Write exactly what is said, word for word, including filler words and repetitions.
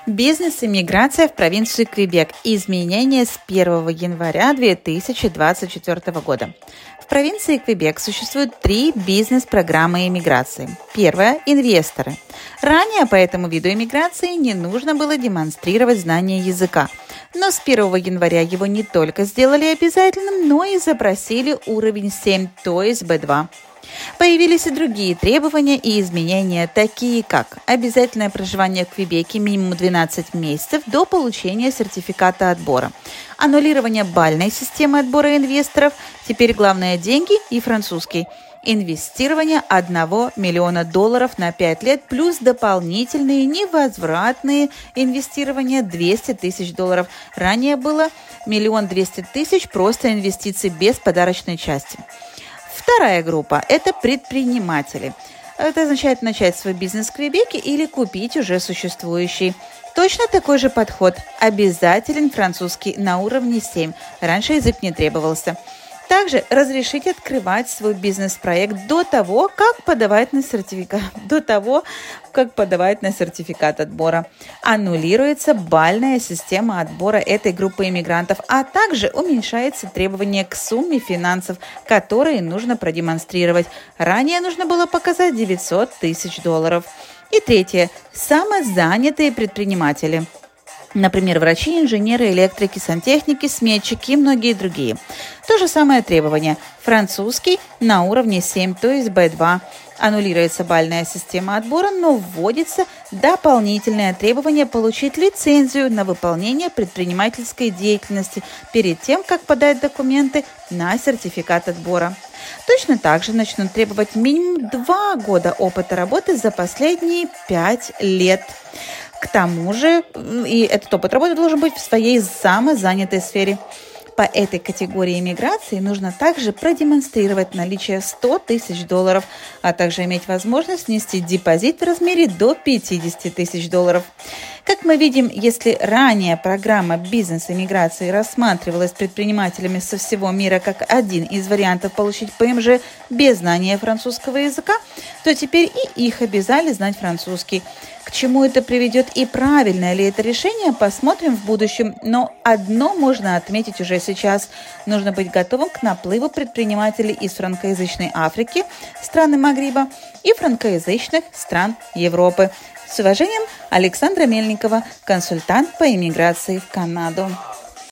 Бизнес-иммиграция в провинцию Квебек. Изменения с первого января две тысячи двадцать четвёртого года. В провинции Квебек существует три бизнес-программы иммиграции. Первая – инвесторы. Ранее по этому виду иммиграции не нужно было демонстрировать знание языка. Но с первого января его не только сделали обязательным, но и запросили уровень семь, то есть бэ два. Появились и другие требования и изменения, такие как обязательное проживание в Квебеке минимум двенадцать месяцев до получения сертификата отбора, аннулирование бальной системы отбора инвесторов, теперь главное деньги и французский, инвестирование одного миллиона долларов на пять лет плюс дополнительные невозвратные инвестирования двести тысяч долларов. Ранее было миллион двести тысяч просто инвестиций без подарочной части. Вторая группа – это предприниматели. Это означает начать свой бизнес в Квебеке или купить уже существующий. Точно такой же подход. Обязателен французский на уровне семь. Раньше язык не требовался. Также разрешить открывать свой бизнес-проект до того, как подавать на сертификат, до того, как подавать на сертификат отбора. Аннулируется бальная система отбора этой группы иммигрантов, а также уменьшается требование к сумме финансов, которые нужно продемонстрировать. Ранее нужно было показать девятьсот тысяч долларов. И третье. Самозанятые предприниматели. Например, врачи, инженеры, электрики, сантехники, сметчики и многие другие. То же самое требование. Французский на уровне семь, то есть бэ два. Аннулируется бальная система отбора, но вводится дополнительное требование получить лицензию на выполнение предпринимательской деятельности перед тем, как подать документы на сертификат отбора. Точно так же начнут требовать минимум два года опыта работы за последние пять лет. К тому же, и этот опыт работы должен быть в своей самозанятой сфере. По этой категории иммиграции нужно также продемонстрировать наличие сто тысяч долларов, а также иметь возможность внести депозит в размере до пятьдесят тысяч долларов. Как мы видим, если ранее программа бизнес-иммиграции рассматривалась предпринимателями со всего мира как один из вариантов получить пэ эм жэ без знания французского языка, то теперь и их обязали знать французский. К чему это приведет и правильное ли это решение, посмотрим в будущем. Но одно можно отметить уже сейчас. Нужно быть готовым к наплыву предпринимателей из франкоязычной Африки, страны Магриба и франкоязычных стран Европы. С уважением, Александра Мельникова, консультант по иммиграции в Канаду.